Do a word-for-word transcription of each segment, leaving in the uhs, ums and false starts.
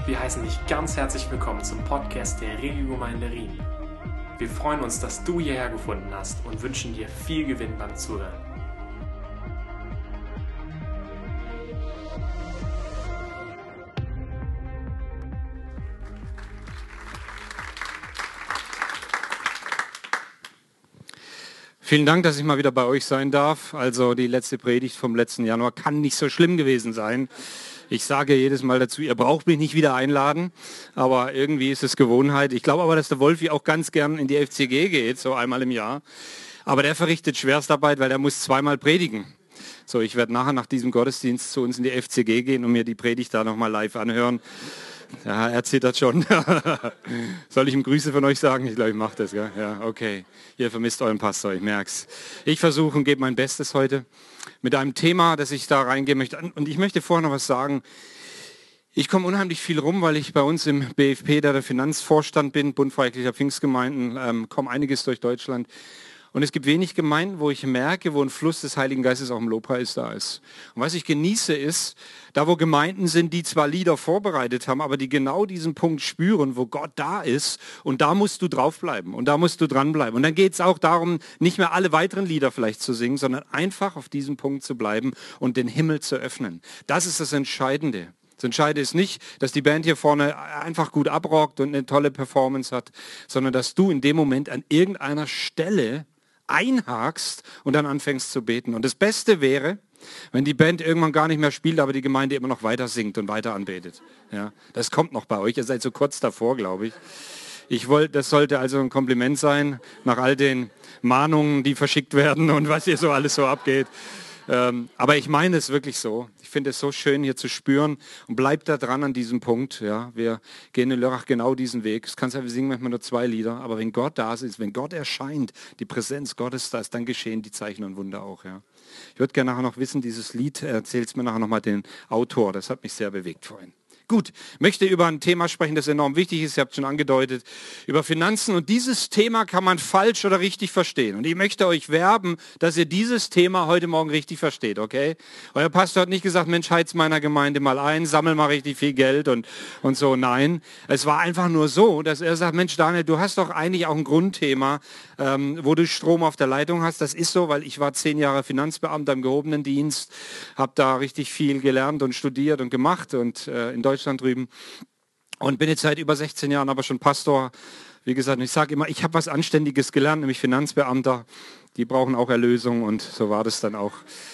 Wir heißen dich ganz herzlich willkommen zum Podcast der Regiogemeinde Rien. Wir freuen uns, dass du hierher gefunden hast und wünschen dir viel Gewinn beim Zuhören. Vielen Dank, dass ich mal wieder bei euch sein darf. Also die letzte Predigt vom letzten Januar kann nicht so schlimm gewesen sein. Ich sage jedes Mal dazu, ihr braucht mich nicht wieder einladen, aber irgendwie ist es Gewohnheit. Ich glaube aber, dass der Wolfi auch ganz gern in die F C G geht, so einmal im Jahr. Aber der verrichtet Schwerstarbeit, weil der muss zweimal predigen. So, ich werde nachher nach diesem Gottesdienst zu uns in die F C G gehen und mir die Predigt da nochmal live anhören. Ja, er zittert schon. Soll ich ihm Grüße von euch sagen? Ich glaube, ich mache das. Gell? Ja, okay. Ihr vermisst euren Pastor, ich merk's. Ich versuche und gebe mein Bestes heute mit einem Thema, das ich da reingehen möchte. Und ich möchte vorher noch was sagen. Ich komme unheimlich viel rum, weil ich bei uns im B F P, da der Finanzvorstand bin, Bund Freikirchlicher Pfingstgemeinden, ähm, komme einiges durch Deutschland. Und es gibt wenig Gemeinden, wo ich merke, wo ein Fluss des Heiligen Geistes auch im Lobpreis da ist. Und was ich genieße ist, da wo Gemeinden sind, die zwar Lieder vorbereitet haben, aber die genau diesen Punkt spüren, wo Gott da ist. Und da musst du draufbleiben und da musst du dranbleiben. Und dann geht es auch darum, nicht mehr alle weiteren Lieder vielleicht zu singen, sondern einfach auf diesem Punkt zu bleiben und den Himmel zu öffnen. Das ist das Entscheidende. Das Entscheidende ist nicht, dass die Band hier vorne einfach gut abrockt und eine tolle Performance hat, sondern dass du in dem Moment an irgendeiner Stelle einhakst und dann anfängst zu beten. Und das Beste wäre, wenn die Band irgendwann gar nicht mehr spielt, aber die Gemeinde immer noch weiter singt und weiter anbetet. Ja, das kommt noch bei euch. Ihr seid so kurz davor, glaube ich. Ich wollte, das sollte also ein Kompliment sein, nach all den Mahnungen, die verschickt werden und was hier so alles so abgeht. Ähm, aber ich meine es wirklich so. Ich finde es so schön, hier zu spüren und bleibt da dran an diesem Punkt. Ja, wir gehen in Lörrach genau diesen Weg. Es kann sein, wir singen manchmal nur zwei Lieder, aber wenn Gott da ist, wenn Gott erscheint, die Präsenz Gottes da ist, dann geschehen die Zeichen und Wunder auch. Ja. Ich würde gerne nachher noch wissen, dieses Lied, erzählt mir nachher nochmal den Autor. Das hat mich sehr bewegt vorhin. Gut, möchte über ein Thema sprechen, das enorm wichtig ist, ihr habt es schon angedeutet, über Finanzen. Und dieses Thema kann man falsch oder richtig verstehen. Und ich möchte euch werben, dass ihr dieses Thema heute Morgen richtig versteht, okay? Euer Pastor hat nicht gesagt, Mensch, heiz meiner Gemeinde mal ein, sammel mal richtig viel Geld und, und so. Nein, es war einfach nur so, dass er sagt, Mensch Daniel, du hast doch eigentlich auch ein Grundthema, ähm, wo du Strom auf der Leitung hast. Das ist so, weil ich war zehn Jahre Finanzbeamter im gehobenen Dienst, habe da richtig viel gelernt und studiert und gemacht und äh, in Deutschland Deutschland drüben und bin jetzt seit über sechzehn Jahren aber schon Pastor. Wie gesagt, ich sage immer, ich habe was Anständiges gelernt, nämlich Finanzbeamter. Die brauchen auch Erlösung und so war das dann auch.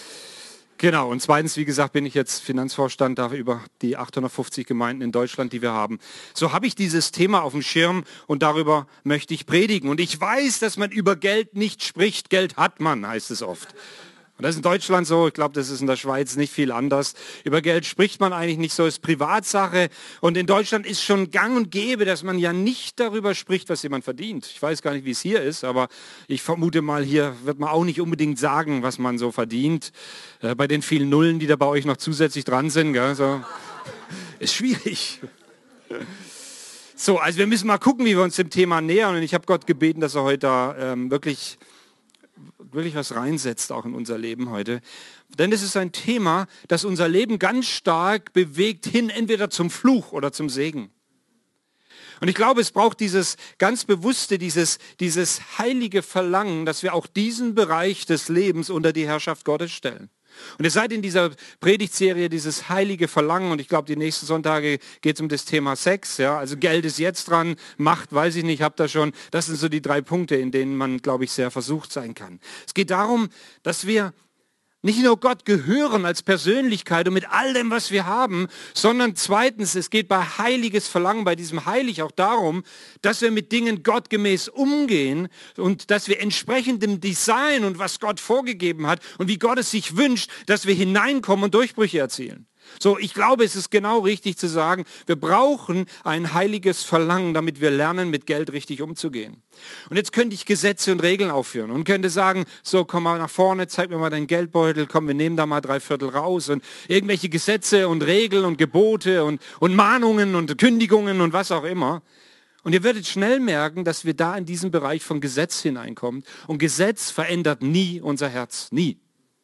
Genau, und zweitens, wie gesagt, bin ich jetzt Finanzvorstand da über die achthundertfünfzig Gemeinden in Deutschland, die wir haben. So habe ich dieses Thema auf dem Schirm und darüber möchte ich predigen. Und ich weiß, dass man über Geld nicht spricht. Geld hat man, heißt es oft. Und das ist in Deutschland so, ich glaube, das ist in der Schweiz nicht viel anders. Über Geld spricht man eigentlich nicht so, ist Privatsache. Und in Deutschland ist schon gang und gäbe, dass man ja nicht darüber spricht, was jemand verdient. Ich weiß gar nicht, wie es hier ist, aber ich vermute mal, hier wird man auch nicht unbedingt sagen, was man so verdient. Äh, bei den vielen Nullen, die da bei euch noch zusätzlich dran sind. Gell, so. Ist schwierig. So, also wir müssen mal gucken, wie wir uns dem Thema nähern. Und ich habe Gott gebeten, dass er heute da ähm, wirklich... wirklich was reinsetzt auch in unser Leben heute. Denn es ist ein Thema, das unser Leben ganz stark bewegt hin, entweder zum Fluch oder zum Segen. Und ich glaube, es braucht dieses ganz bewusste, dieses, dieses heilige Verlangen, dass wir auch diesen Bereich des Lebens unter die Herrschaft Gottes stellen. Und ihr seid in dieser Predigtserie dieses heilige Verlangen und ich glaube, die nächsten Sonntage geht es um das Thema Sex. Ja? Also Geld ist jetzt dran, Macht, weiß ich nicht, habt ihr schon. Das sind so die drei Punkte, in denen man, glaube ich, sehr versucht sein kann. Es geht darum, dass wir nicht nur Gott gehören als Persönlichkeit und mit all dem, was wir haben, sondern zweitens, es geht bei heiliges Verlangen, bei diesem Heilig auch darum, dass wir mit Dingen gottgemäß umgehen und dass wir entsprechend dem Design und was Gott vorgegeben hat und wie Gott es sich wünscht, dass wir hineinkommen und Durchbrüche erzielen. So, ich glaube, es ist genau richtig zu sagen, wir brauchen ein heiliges Verlangen, damit wir lernen, mit Geld richtig umzugehen. Und jetzt könnte ich Gesetze und Regeln aufführen und könnte sagen, so, komm mal nach vorne, zeig mir mal deinen Geldbeutel, komm, wir nehmen da mal drei Viertel raus und irgendwelche Gesetze und Regeln und Gebote und, und Mahnungen und Kündigungen und was auch immer. Und ihr werdet schnell merken, dass wir da in diesen Bereich von Gesetz hineinkommen. Und Gesetz verändert nie unser Herz, nie.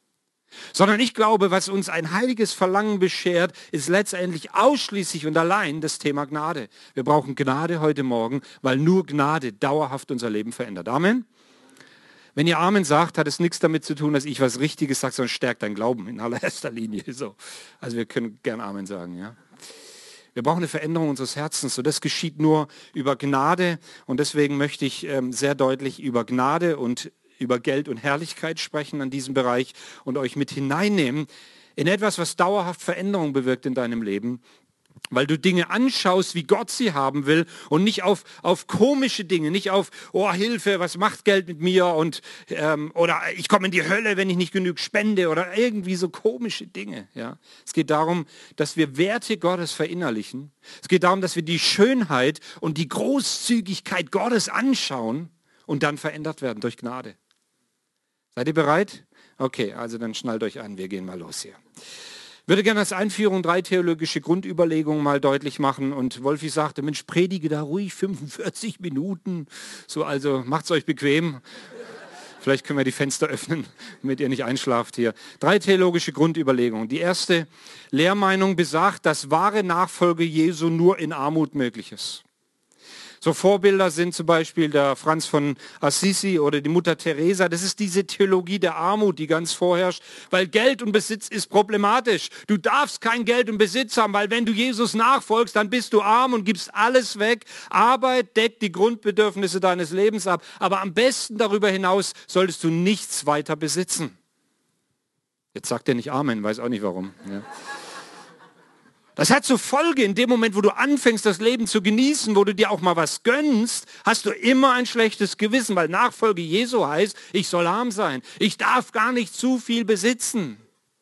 Sondern ich glaube, was uns ein heiliges Verlangen beschert, ist letztendlich ausschließlich und allein das Thema Gnade. Wir brauchen Gnade heute Morgen, weil nur Gnade dauerhaft unser Leben verändert. Amen. Wenn ihr Amen sagt, hat es nichts damit zu tun, dass ich was Richtiges sage, sondern stärkt dein Glauben in allererster Linie. So. Also wir können gern Amen sagen. Ja. Wir brauchen eine Veränderung unseres Herzens. Und das geschieht nur über Gnade. Und deswegen möchte ich ähm, sehr deutlich über Gnade und über Geld und Herrlichkeit sprechen an diesem Bereich und euch mit hineinnehmen in etwas, was dauerhaft Veränderung bewirkt in deinem Leben, weil du Dinge anschaust, wie Gott sie haben will und nicht auf, auf komische Dinge, nicht auf, oh Hilfe, was macht Geld mit mir und ähm, oder ich komme in die Hölle, wenn ich nicht genug spende oder irgendwie so komische Dinge. Ja. Es geht darum, dass wir Werte Gottes verinnerlichen. Es geht darum, dass wir die Schönheit und die Großzügigkeit Gottes anschauen und dann verändert werden durch Gnade. Seid ihr bereit? Okay, also dann schnallt euch an, wir gehen mal los hier. Ich würde gerne als Einführung drei theologische Grundüberlegungen mal deutlich machen. Und Wolfi sagte, Mensch, predige da ruhig fünfundvierzig Minuten. So, also macht's euch bequem. Vielleicht können wir die Fenster öffnen, damit ihr nicht einschlaft hier. Drei theologische Grundüberlegungen. Die erste Lehrmeinung besagt, dass wahre Nachfolge Jesu nur in Armut möglich ist. So Vorbilder sind zum Beispiel der Franz von Assisi oder die Mutter Teresa. Das ist diese Theologie der Armut, die ganz vorherrscht, weil Geld und Besitz ist problematisch. Du darfst kein Geld und Besitz haben, weil wenn du Jesus nachfolgst, dann bist du arm und gibst alles weg. Arbeit deckt die Grundbedürfnisse deines Lebens ab, aber am besten darüber hinaus solltest du nichts weiter besitzen. Jetzt sagt er nicht Amen, weiß auch nicht warum. Ja. Das hat zur Folge, in dem Moment, wo du anfängst, das Leben zu genießen, wo du dir auch mal was gönnst, hast du immer ein schlechtes Gewissen, weil Nachfolge Jesu heißt, ich soll arm sein. Ich darf gar nicht zu viel besitzen.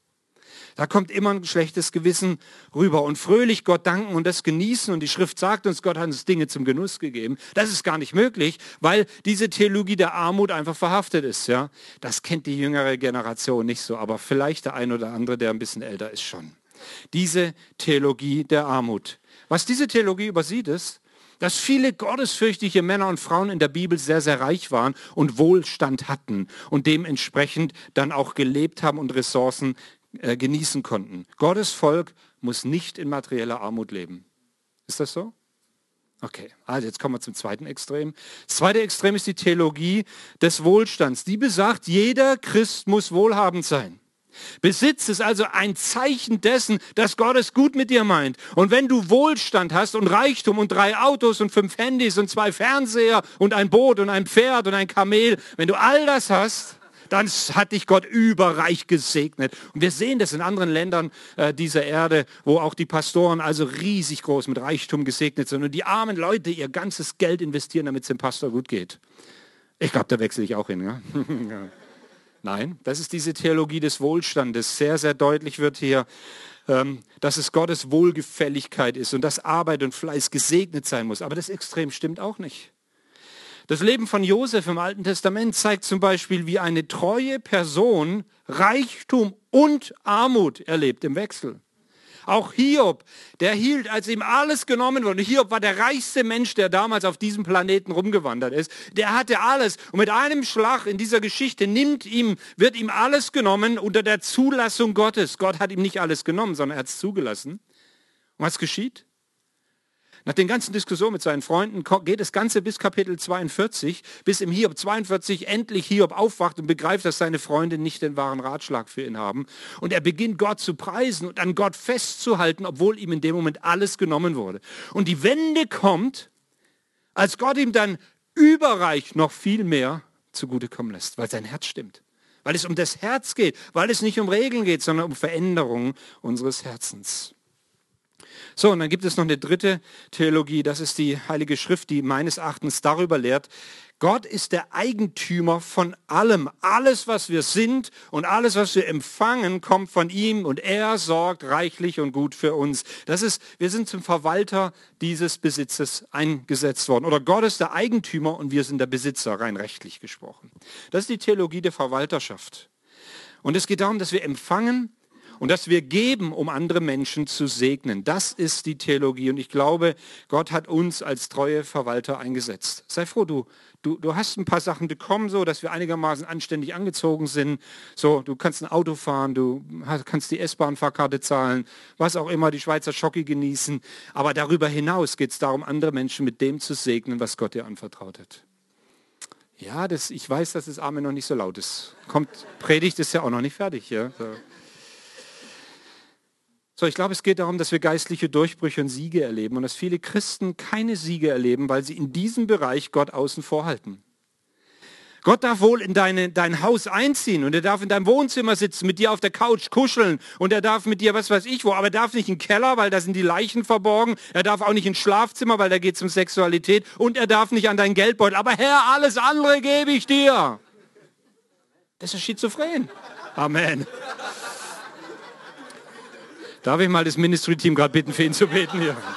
Da kommt immer ein schlechtes Gewissen rüber. Und fröhlich Gott danken und das genießen. Und die Schrift sagt uns, Gott hat uns Dinge zum Genuss gegeben. Das ist gar nicht möglich, weil diese Theologie der Armut einfach verhaftet ist. Ja? Das kennt die jüngere Generation nicht so, aber vielleicht der ein oder andere, der ein bisschen älter ist, schon. Diese Theologie der Armut. Was diese Theologie übersieht ist, dass viele gottesfürchtige Männer und Frauen in der Bibel sehr, sehr reich waren und Wohlstand hatten und dementsprechend dann auch gelebt haben und Ressourcen äh, genießen konnten. Gottes Volk muss nicht in materieller Armut leben. Ist das so? Okay, also jetzt kommen wir zum zweiten Extrem. Das zweite Extrem ist die Theologie des Wohlstands. Die besagt, jeder Christ muss wohlhabend sein. Besitz ist also ein Zeichen dessen, dass Gott es gut mit dir meint. Und wenn du Wohlstand hast und Reichtum und drei Autos und fünf Handys und zwei Fernseher und ein Boot und ein Pferd und ein Kamel, wenn du all das hast, dann hat dich Gott überreich gesegnet. Und wir sehen das in anderen Ländern äh, dieser Erde, wo auch die Pastoren also riesig groß mit Reichtum gesegnet sind und die armen Leute ihr ganzes Geld investieren, damit es dem Pastor gut geht. Ich glaube, da wechsle ich auch hin. Ja? Ja. Nein, das ist diese Theologie des Wohlstandes. Sehr, sehr deutlich wird hier, ähm, dass es Gottes Wohlgefälligkeit ist und dass Arbeit und Fleiß gesegnet sein muss. Aber das Extrem stimmt auch nicht. Das Leben von Josef im Alten Testament zeigt zum Beispiel, wie eine treue Person Reichtum und Armut erlebt im Wechsel. Auch Hiob, der hielt, als ihm alles genommen wurde. Hiob war der reichste Mensch, der damals auf diesem Planeten rumgewandert ist. Der hatte alles. Und mit einem Schlag in dieser Geschichte nimmt ihm, wird ihm alles genommen unter der Zulassung Gottes. Gott hat ihm nicht alles genommen, sondern er hat es zugelassen. Und was geschieht? Nach den ganzen Diskussionen mit seinen Freunden geht das Ganze bis Kapitel zweiundvierzig, bis im Hiob zweiundvierzig endlich Hiob aufwacht und begreift, dass seine Freunde nicht den wahren Ratschlag für ihn haben. Und er beginnt Gott zu preisen und an Gott festzuhalten, obwohl ihm in dem Moment alles genommen wurde. Und die Wende kommt, als Gott ihm dann überreich noch viel mehr zugutekommen lässt, weil sein Herz stimmt. Weil es um das Herz geht, weil es nicht um Regeln geht, sondern um Veränderungen unseres Herzens. So, und dann gibt es noch eine dritte Theologie, das ist die Heilige Schrift, die meines Erachtens darüber lehrt, Gott ist der Eigentümer von allem. Alles, was wir sind und alles, was wir empfangen, kommt von ihm und er sorgt reichlich und gut für uns. Das ist, wir sind zum Verwalter dieses Besitzes eingesetzt worden. Oder Gott ist der Eigentümer und wir sind der Besitzer, rein rechtlich gesprochen. Das ist die Theologie der Verwalterschaft. Und es geht darum, dass wir empfangen Und dass wir geben, um andere Menschen zu segnen. Das ist die Theologie. Und ich glaube, Gott hat uns als treue Verwalter eingesetzt. Sei froh, du, du, du hast ein paar Sachen bekommen, so dass wir einigermaßen anständig angezogen sind. So, du kannst ein Auto fahren, du kannst die S-Bahn-Fahrkarte zahlen, was auch immer, die Schweizer Schocke genießen. Aber darüber hinaus geht es darum, andere Menschen mit dem zu segnen, was Gott dir anvertraut hat. Ja, das, ich weiß, dass das Amen noch nicht so laut ist. Kommt, Predigt ist ja auch noch nicht fertig. Ja? So. So, ich glaube, es geht darum, dass wir geistliche Durchbrüche und Siege erleben und dass viele Christen keine Siege erleben, weil sie in diesem Bereich Gott außen vor halten. Gott darf wohl in deine, dein Haus einziehen und er darf in deinem Wohnzimmer sitzen, mit dir auf der Couch kuscheln und er darf mit dir was weiß ich wo, aber er darf nicht in den Keller, weil da sind die Leichen verborgen, er darf auch nicht ins Schlafzimmer, weil da geht es um Sexualität und er darf nicht an deinen Geldbeutel, aber Herr, alles andere gebe ich dir. Das ist schizophren. Amen. Darf ich mal das Ministry-Team gerade bitten, für ihn zu beten hier? Aber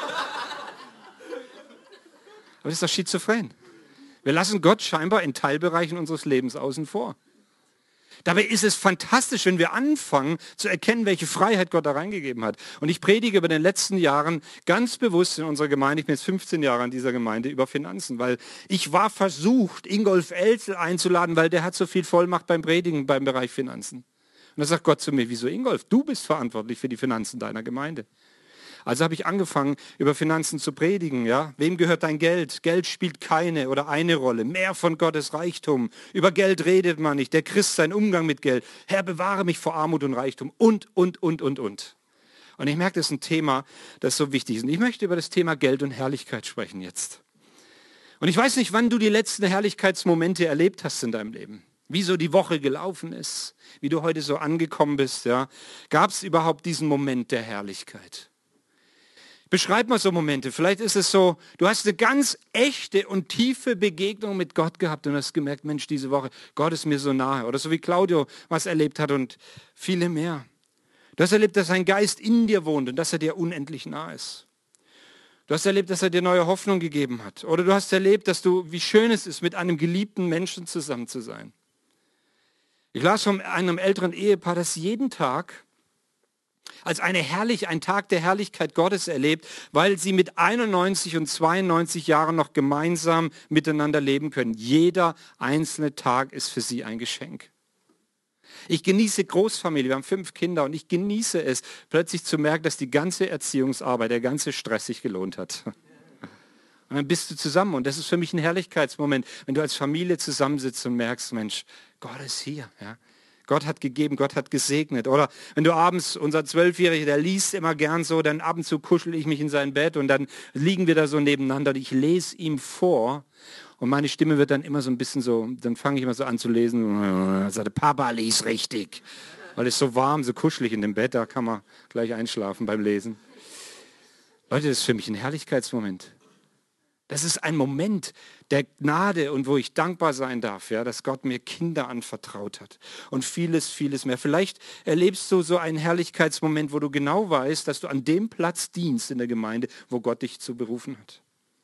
das ist doch schizophren. Wir lassen Gott scheinbar in Teilbereichen unseres Lebens außen vor. Dabei ist es fantastisch, wenn wir anfangen zu erkennen, welche Freiheit Gott da reingegeben hat. Und ich predige über den letzten Jahren ganz bewusst in unserer Gemeinde, ich bin jetzt fünfzehn Jahre an dieser Gemeinde, über Finanzen, weil ich war versucht, Ingolf Elzel einzuladen, weil der hat so viel Vollmacht beim Predigen beim Bereich Finanzen. Und da sagt Gott zu mir, wieso Ingolf? Du bist verantwortlich für die Finanzen deiner Gemeinde. Also habe ich angefangen, über Finanzen zu predigen. Ja? Wem gehört dein Geld? Geld spielt keine oder eine Rolle. Mehr von Gottes Reichtum. Über Geld redet man nicht. Der Christ sein Umgang mit Geld. Herr, bewahre mich vor Armut und Reichtum. Und, und, und, und, und. Und ich merke, das ist ein Thema, das so wichtig ist. Und ich möchte über das Thema Geld und Herrlichkeit sprechen jetzt. Und ich weiß nicht, wann du die letzten Herrlichkeitsmomente erlebt hast in deinem Leben. Wie so die Woche gelaufen ist, wie du heute so angekommen bist, ja, gab es überhaupt diesen Moment der Herrlichkeit? Beschreib mal so Momente. Vielleicht ist es so, du hast eine ganz echte und tiefe Begegnung mit Gott gehabt und hast gemerkt, Mensch, diese Woche, Gott ist mir so nahe. Oder so wie Claudio was erlebt hat und viele mehr. Du hast erlebt, dass sein Geist in dir wohnt und dass er dir unendlich nah ist. Du hast erlebt, dass er dir neue Hoffnung gegeben hat. Oder du hast erlebt, dass du, wie schön es ist, mit einem geliebten Menschen zusammen zu sein. Ich las von einem älteren Ehepaar, das jeden Tag als eine herrlich, ein Tag der Herrlichkeit Gottes erlebt, weil sie mit einundneunzig und zweiundneunzig Jahren noch gemeinsam miteinander leben können. Jeder einzelne Tag ist für sie ein Geschenk. Ich genieße Großfamilie, wir haben fünf Kinder und ich genieße es, plötzlich zu merken, dass die ganze Erziehungsarbeit, der ganze Stress sich gelohnt hat. Und dann bist du zusammen und das ist für mich ein Herrlichkeitsmoment, wenn du als Familie zusammensitzt und merkst, Mensch, Gott ist hier. Ja? Gott hat gegeben, Gott hat gesegnet. Oder wenn du abends, unser Zwölfjähriger, der liest immer gern so, dann ab und zu kuschel ich mich in sein Bett und dann liegen wir da so nebeneinander und ich lese ihm vor und meine Stimme wird dann immer so ein bisschen so, dann fange ich immer so an zu lesen und sagte, Papa, lies richtig. Weil es so warm, so kuschelig in dem Bett, da kann man gleich einschlafen beim Lesen. Leute, das ist für mich ein Herrlichkeitsmoment. Das ist ein Moment der Gnade und wo ich dankbar sein darf, ja, dass Gott mir Kinder anvertraut hat und vieles, vieles mehr. Vielleicht erlebst du so einen Herrlichkeitsmoment, wo du genau weißt, dass du an dem Platz dienst in der Gemeinde, wo Gott dich zu berufen hat.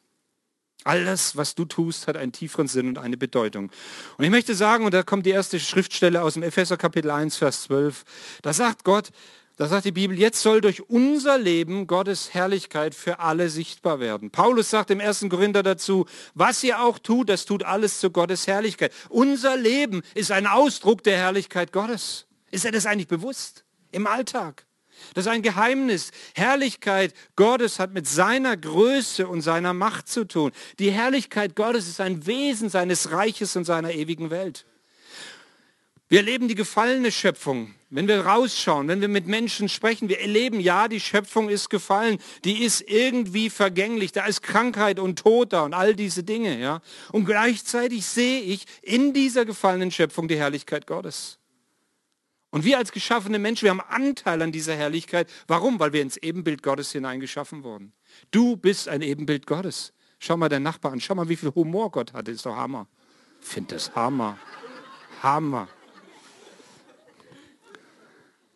Alles, was du tust, hat einen tieferen Sinn und eine Bedeutung. Und ich möchte sagen, und da kommt die erste Schriftstelle aus dem Epheser Kapitel eins, Vers zwölf, da sagt Gott, da sagt die Bibel, jetzt soll durch unser Leben Gottes Herrlichkeit für alle sichtbar werden. Paulus sagt im ersten Korinther dazu, was ihr auch tut, das tut alles zu Gottes Herrlichkeit. Unser Leben ist ein Ausdruck der Herrlichkeit Gottes. Ist er das eigentlich bewusst? Im Alltag. Das ist ein Geheimnis. Herrlichkeit Gottes hat mit seiner Größe und seiner Macht zu tun. Die Herrlichkeit Gottes ist ein Wesen seines Reiches und seiner ewigen Welt. Wir erleben die gefallene Schöpfung. Wenn wir rausschauen, wenn wir mit Menschen sprechen, wir erleben, ja, die Schöpfung ist gefallen. Die ist irgendwie vergänglich. Da ist Krankheit und Tod da und all diese Dinge. Ja. Und gleichzeitig sehe ich in dieser gefallenen Schöpfung die Herrlichkeit Gottes. Und wir als geschaffene Menschen, wir haben Anteil an dieser Herrlichkeit. Warum? Weil wir ins Ebenbild Gottes hineingeschaffen wurden. Du bist ein Ebenbild Gottes. Schau mal deinen Nachbarn an. Schau mal, wie viel Humor Gott hat. Das ist doch Hammer. Ich finde das Hammer. Hammer.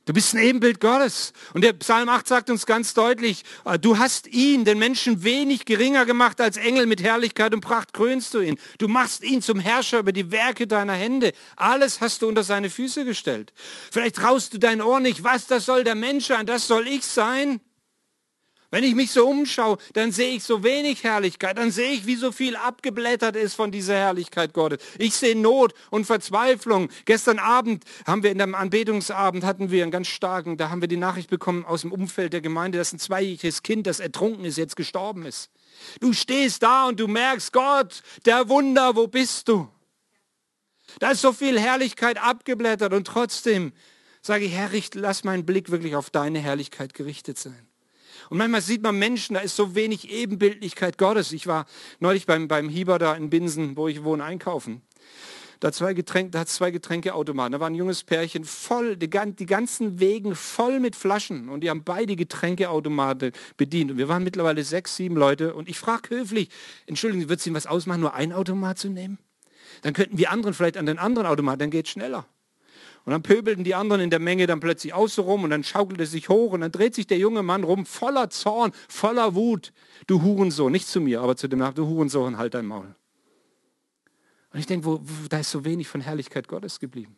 Du bist ein Ebenbild Gottes. Und der Psalm acht sagt uns ganz deutlich, du hast ihn, den Menschen, wenig geringer gemacht als Engel, mit Herrlichkeit und Pracht krönst du ihn. Du machst ihn zum Herrscher über die Werke deiner Hände. Alles hast du unter seine Füße gestellt. Vielleicht traust du dein Ohr nicht, was, das soll der Mensch sein, das soll ich sein. Wenn ich mich so umschaue, dann sehe ich so wenig Herrlichkeit, dann sehe ich, wie so viel abgeblättert ist von dieser Herrlichkeit Gottes. Ich sehe Not und Verzweiflung. Gestern Abend haben wir in dem Anbetungsabend, hatten wir einen ganz starken, da haben wir die Nachricht bekommen aus dem Umfeld der Gemeinde, dass ein zweijähriges Kind, das ertrunken ist, jetzt gestorben ist. Du stehst da und du merkst, Gott, der Wunder, wo bist du? Da ist so viel Herrlichkeit abgeblättert und trotzdem sage ich, Herr, lass meinen Blick wirklich auf deine Herrlichkeit gerichtet sein. Und manchmal sieht man Menschen, da ist so wenig Ebenbildlichkeit Gottes. Ich war neulich beim, beim Hieber da in Binsen, wo ich wohne, einkaufen. Da, zwei Getränke, da hat es zwei Getränkeautomaten. Da war ein junges Pärchen voll, die, die ganzen Wegen voll mit Flaschen. Und die haben beide Getränkeautomaten bedient. Und wir waren mittlerweile sechs, sieben Leute. Und ich frage höflich, entschuldigen, wird es Ihnen was ausmachen, nur ein Automat zu nehmen? Dann könnten wir anderen vielleicht an den anderen Automat, dann geht es schneller. Und dann pöbelten die anderen in der Menge dann plötzlich außen rum und dann schaukelte es sich hoch und dann dreht sich der junge Mann rum, voller Zorn, voller Wut. Du Hurensohn, nicht zu mir, aber zu dem Nach, du Hurensohn, halt dein Maul. Und ich denke, wo, wo, da ist so wenig von Herrlichkeit Gottes geblieben.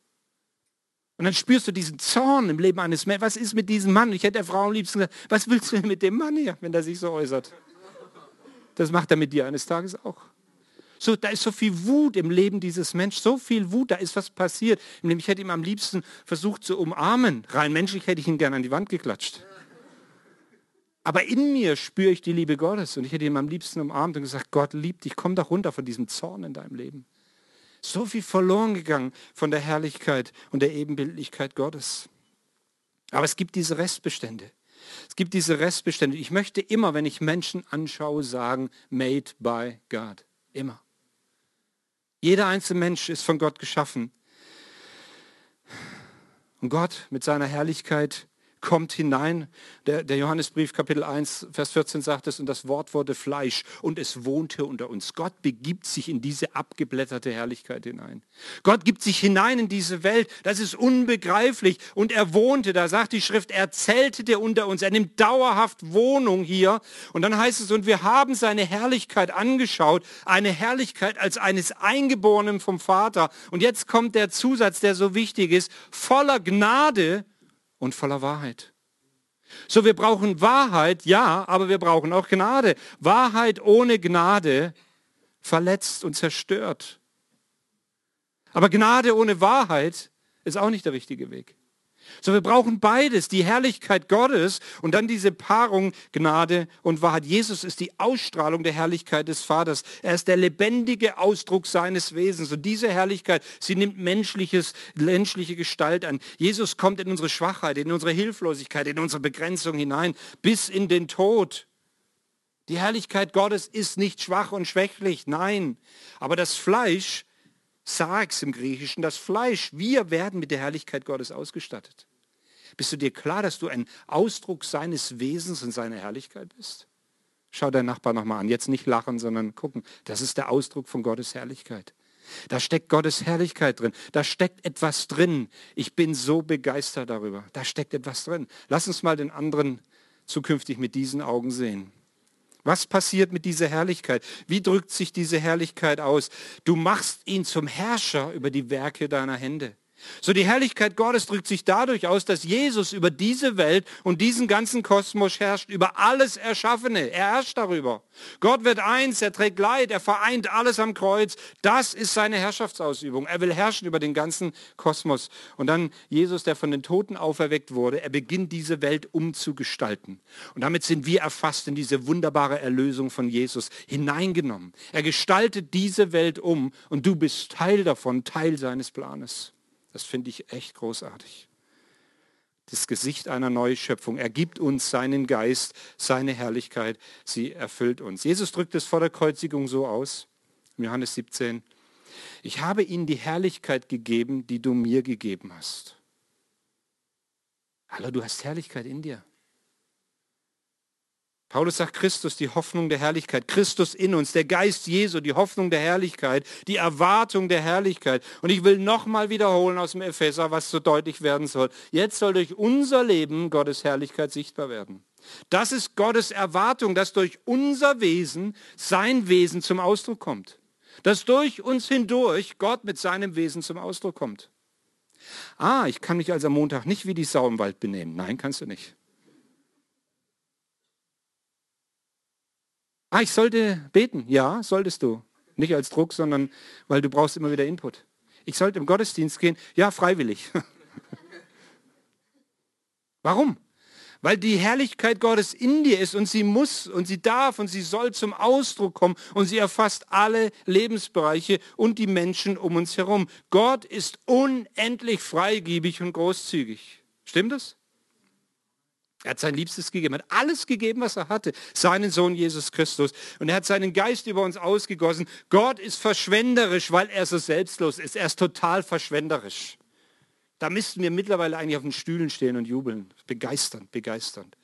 Und dann spürst du diesen Zorn im Leben eines Menschen. Was ist mit diesem Mann? Ich hätte der Frau am liebsten gesagt, was willst du denn mit dem Mann hier, wenn er sich so äußert? Das macht er mit dir eines Tages auch. So, da ist so viel Wut im Leben dieses Menschen, so viel Wut, da ist was passiert. Ich hätte ihn am liebsten versucht zu umarmen. Rein menschlich hätte ich ihn gerne an die Wand geklatscht. Aber in mir spüre ich die Liebe Gottes und ich hätte ihn am liebsten umarmt und gesagt, Gott liebt dich, komm doch runter von diesem Zorn in deinem Leben. So viel verloren gegangen von der Herrlichkeit und der Ebenbildlichkeit Gottes. Aber es gibt diese Restbestände. Es gibt diese Restbestände. Ich möchte immer, wenn ich Menschen anschaue, sagen, made by God. Immer. Jeder einzelne Mensch ist von Gott geschaffen. Und Gott mit seiner Herrlichkeit kommt hinein. Der, der Johannesbrief Kapitel eins, Vers vierzehn sagt es, und das Wort wurde Fleisch und es wohnte unter uns. Gott begibt sich in diese abgeblätterte Herrlichkeit hinein. Gott gibt sich hinein in diese Welt. Das ist unbegreiflich. Und er wohnte, da sagt die Schrift, er zeltete unter uns. Er nimmt dauerhaft Wohnung hier. Und dann heißt es, und wir haben seine Herrlichkeit angeschaut. Eine Herrlichkeit als eines Eingeborenen vom Vater. Und jetzt kommt der Zusatz, der so wichtig ist, voller Gnade und voller Wahrheit. So, wir brauchen Wahrheit, ja, aber wir brauchen auch Gnade. Wahrheit ohne Gnade verletzt und zerstört. Aber Gnade ohne Wahrheit ist auch nicht der richtige Weg. So, wir brauchen beides, die Herrlichkeit Gottes und dann diese Paarung Gnade und Wahrheit. Jesus ist die Ausstrahlung der Herrlichkeit des Vaters. Er ist der lebendige Ausdruck seines Wesens. Und diese Herrlichkeit, sie nimmt menschliches, menschliche Gestalt an. Jesus kommt in unsere Schwachheit, in unsere Hilflosigkeit, in unsere Begrenzung hinein, bis in den Tod. Die Herrlichkeit Gottes ist nicht schwach und schwächlich, nein. Aber das Fleisch, Sarx im Griechischen, das Fleisch, wir werden mit der Herrlichkeit Gottes ausgestattet. Bist du dir klar, dass du ein Ausdruck seines Wesens und seiner Herrlichkeit bist? Schau deinen Nachbarn nochmal an, jetzt nicht lachen, sondern gucken. Das ist der Ausdruck von Gottes Herrlichkeit. Da steckt Gottes Herrlichkeit drin, da steckt etwas drin. Ich bin so begeistert darüber, da steckt etwas drin. Lass uns mal den anderen zukünftig mit diesen Augen sehen. Was passiert mit dieser Herrlichkeit? Wie drückt sich diese Herrlichkeit aus? Du machst ihn zum Herrscher über die Werke deiner Hände. So, die Herrlichkeit Gottes drückt sich dadurch aus, dass Jesus über diese Welt und diesen ganzen Kosmos herrscht, über alles Erschaffene. Er herrscht darüber. Gott wird eins, er trägt Leid, er vereint alles am Kreuz. Das ist seine Herrschaftsausübung. Er will herrschen über den ganzen Kosmos. Und dann Jesus, der von den Toten auferweckt wurde, er beginnt diese Welt umzugestalten. Und damit sind wir erfasst in diese wunderbare Erlösung von Jesus hineingenommen. Er gestaltet diese Welt um und du bist Teil davon, Teil seines Planes. Das finde ich echt großartig. Das Gesicht einer Neuschöpfung. Er gibt uns seinen Geist, seine Herrlichkeit. Sie erfüllt uns. Jesus drückt es vor der Kreuzigung so aus, in Johannes siebzehn. Ich habe ihnen die Herrlichkeit gegeben, die du mir gegeben hast. Hallo, du hast Herrlichkeit in dir. Paulus sagt, Christus, die Hoffnung der Herrlichkeit. Christus in uns, der Geist Jesu, die Hoffnung der Herrlichkeit, die Erwartung der Herrlichkeit. Und ich will nochmal wiederholen aus dem Epheser, was so deutlich werden soll. Jetzt soll durch unser Leben Gottes Herrlichkeit sichtbar werden. Das ist Gottes Erwartung, dass durch unser Wesen sein Wesen zum Ausdruck kommt. Dass durch uns hindurch Gott mit seinem Wesen zum Ausdruck kommt. Ah, ich kann mich also am Montag nicht wie die Sau im Wald benehmen. Nein, kannst du nicht. Ah, ich sollte beten. Ja, solltest du. Nicht als Druck, sondern weil du brauchst immer wieder Input. Ich sollte im Gottesdienst gehen. Ja, freiwillig. Warum? Weil die Herrlichkeit Gottes in dir ist und sie muss und sie darf und sie soll zum Ausdruck kommen und sie erfasst alle Lebensbereiche und die Menschen um uns herum. Gott ist unendlich freigebig und großzügig. Stimmt das? Er hat sein Liebstes gegeben, hat alles gegeben, was er hatte, seinen Sohn Jesus Christus. Und er hat seinen Geist über uns ausgegossen. Gott ist verschwenderisch, weil er so selbstlos ist. Er ist total verschwenderisch. Da müssten wir mittlerweile eigentlich auf den Stühlen stehen und jubeln. Begeisternd, begeisternd.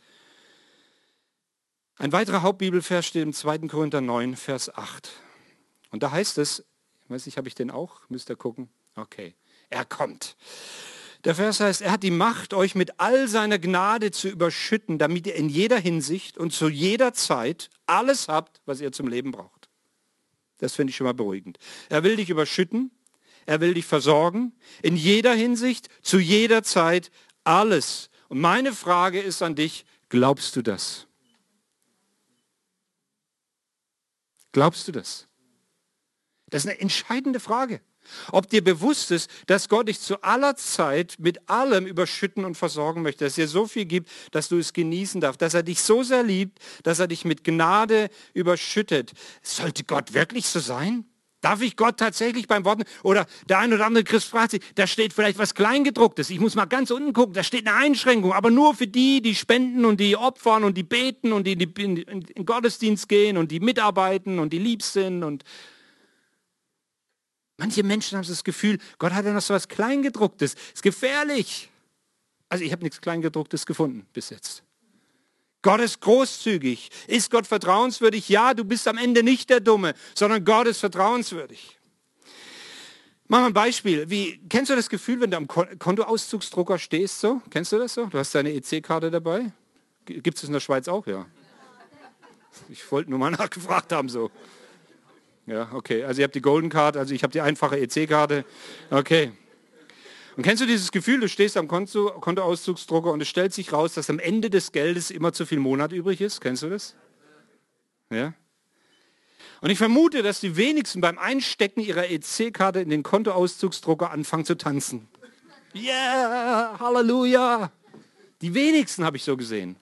Ein weiterer Hauptbibelvers steht im zweiten Korinther neun, Vers acht. Und da heißt es, ich weiß nicht, habe ich den auch? Müsst ihr gucken. Okay, er kommt. Der Vers heißt, er hat die Macht, euch mit all seiner Gnade zu überschütten, damit ihr in jeder Hinsicht und zu jeder Zeit alles habt, was ihr zum Leben braucht. Das finde ich schon mal beruhigend. Er will dich überschütten. Er will dich versorgen, in jeder Hinsicht, zu jeder Zeit, alles. Und meine Frage ist an dich, glaubst du das? Glaubst du das? Das ist eine entscheidende Frage. Ob dir bewusst ist, dass Gott dich zu aller Zeit mit allem überschütten und versorgen möchte, dass er so viel gibt, dass du es genießen darfst, dass er dich so sehr liebt, dass er dich mit Gnade überschüttet. Sollte Gott wirklich so sein? Darf ich Gott tatsächlich beim Wort, oder der ein oder andere Christ fragt sich, da steht vielleicht was Kleingedrucktes, ich muss mal ganz unten gucken, da steht eine Einschränkung, aber nur für die, die spenden und die opfern und die beten und die in den Gottesdienst gehen und die mitarbeiten und die lieb sind. Und manche Menschen haben das Gefühl, Gott hat ja noch so was Kleingedrucktes, ist gefährlich. Also ich habe nichts Kleingedrucktes gefunden bis jetzt. Gott ist großzügig. Ist Gott vertrauenswürdig? Ja, du bist am Ende nicht der Dumme, sondern Gott ist vertrauenswürdig. Machen wir ein Beispiel. Wie, kennst du das Gefühl, wenn du am Kontoauszugsdrucker stehst? So? Kennst du das so? Du hast deine E C-Karte dabei. Gibt es in der Schweiz auch? Ja. Ich wollte nur mal nachgefragt haben. So. Ja, okay. Also ihr habt die Golden Card, also ich habe die einfache E C-Karte. Okay. Und kennst du dieses Gefühl, du stehst am Konto, Kontoauszugsdrucker und es stellt sich raus, dass am Ende des Geldes immer zu viel Monat übrig ist? Kennst du das? Ja. Und ich vermute, dass die wenigsten beim Einstecken ihrer E C-Karte in den Kontoauszugsdrucker anfangen zu tanzen. Yeah, Halleluja. Die wenigsten habe ich so gesehen.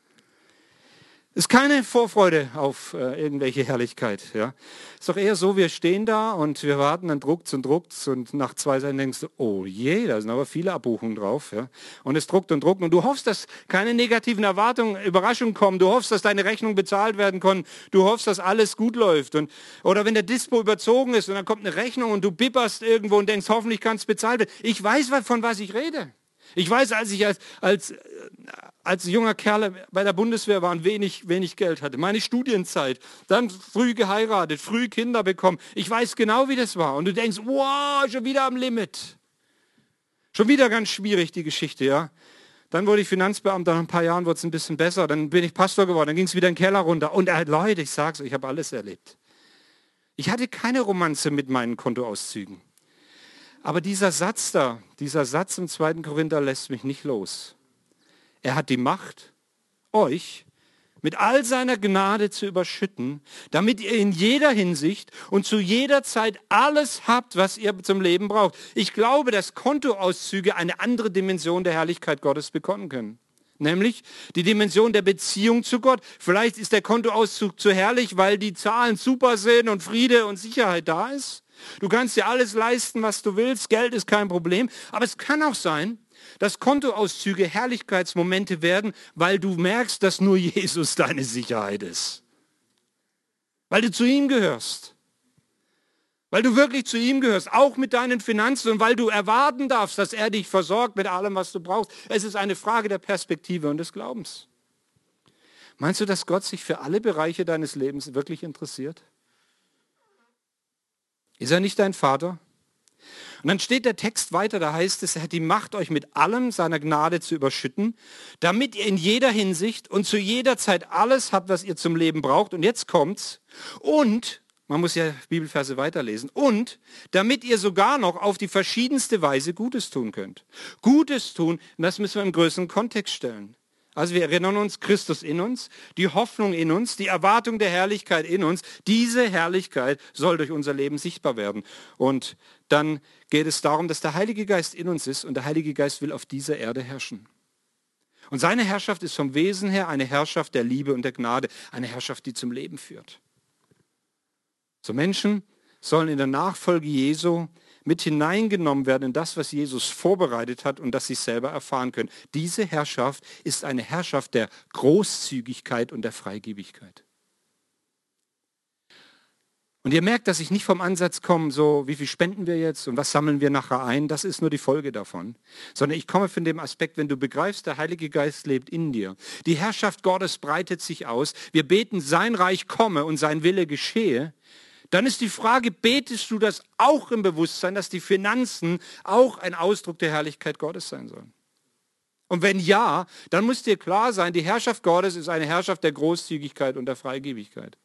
Ist keine Vorfreude auf äh, irgendwelche Herrlichkeit. Ja. Ist doch eher so, wir stehen da und wir warten, dann druckt's und druckt's und nach zwei Seiten denkst du, oh je, da sind aber viele Abbuchungen drauf. Ja. Und es druckt und druckt und du hoffst, dass keine negativen Erwartungen, Überraschungen kommen. Du hoffst, dass deine Rechnung bezahlt werden kann. Du hoffst, dass alles gut läuft. Und, oder wenn der Dispo überzogen ist und dann kommt eine Rechnung und du bibberst irgendwo und denkst, hoffentlich kann es bezahlt werden. Ich weiß, von was ich rede. Ich weiß, als ich als, als, als junger Kerl bei der Bundeswehr war und wenig, wenig Geld hatte, meine Studienzeit, dann früh geheiratet, früh Kinder bekommen. Ich weiß genau, wie das war. Und du denkst, wow, schon wieder am Limit. Schon wieder ganz schwierig, die Geschichte, ja. Dann wurde ich Finanzbeamter, nach ein paar Jahren wurde es ein bisschen besser. Dann bin ich Pastor geworden, dann ging es wieder in den Keller runter. Und äh, Leute, ich sag's euch, ich habe alles erlebt. Ich hatte keine Romanze mit meinen Kontoauszügen. Aber dieser Satz da, dieser Satz im zweiten Korinther lässt mich nicht los. Er hat die Macht, euch mit all seiner Gnade zu überschütten, damit ihr in jeder Hinsicht und zu jeder Zeit alles habt, was ihr zum Leben braucht. Ich glaube, dass Kontoauszüge eine andere Dimension der Herrlichkeit Gottes bekommen können. Nämlich die Dimension der Beziehung zu Gott. Vielleicht ist der Kontoauszug zu herrlich, weil die Zahlen super sind und Friede und Sicherheit da ist. Du kannst dir alles leisten, was du willst. Geld ist kein Problem. Aber es kann auch sein, dass Kontoauszüge Herrlichkeitsmomente werden, weil du merkst, dass nur Jesus deine Sicherheit ist. Weil du zu ihm gehörst. Weil du wirklich zu ihm gehörst, auch mit deinen Finanzen und weil du erwarten darfst, dass er dich versorgt mit allem, was du brauchst. Es ist eine Frage der Perspektive und des Glaubens. Meinst du, dass Gott sich für alle Bereiche deines Lebens wirklich interessiert? Ist er nicht dein Vater? Und dann steht der Text weiter, da heißt es, er hat die Macht, euch mit allem seiner Gnade zu überschütten, damit ihr in jeder Hinsicht und zu jeder Zeit alles habt, was ihr zum Leben braucht. Und jetzt kommt's. Und, man muss ja Bibelverse weiterlesen, und damit ihr sogar noch auf die verschiedenste Weise Gutes tun könnt. Gutes tun, das müssen wir im größeren Kontext stellen. Also wir erinnern uns, Christus in uns, die Hoffnung in uns, die Erwartung der Herrlichkeit in uns. Diese Herrlichkeit soll durch unser Leben sichtbar werden. Und dann geht es darum, dass der Heilige Geist in uns ist und der Heilige Geist will auf dieser Erde herrschen. Und seine Herrschaft ist vom Wesen her eine Herrschaft der Liebe und der Gnade, eine Herrschaft, die zum Leben führt. So Menschen sollen in der Nachfolge Jesu mit hineingenommen werden in das, was Jesus vorbereitet hat und das sie selber erfahren können. Diese Herrschaft ist eine Herrschaft der Großzügigkeit und der Freigebigkeit. Und ihr merkt, dass ich nicht vom Ansatz komme, so wie viel spenden wir jetzt und was sammeln wir nachher ein, das ist nur die Folge davon. Sondern ich komme von dem Aspekt, wenn du begreifst, der Heilige Geist lebt in dir. Die Herrschaft Gottes breitet sich aus. Wir beten, sein Reich komme und sein Wille geschehe. Dann ist die Frage, betest du das auch im Bewusstsein, dass die Finanzen auch ein Ausdruck der Herrlichkeit Gottes sein sollen? Und wenn ja, dann muss dir klar sein, die Herrschaft Gottes ist eine Herrschaft der Großzügigkeit und der Freigebigkeit.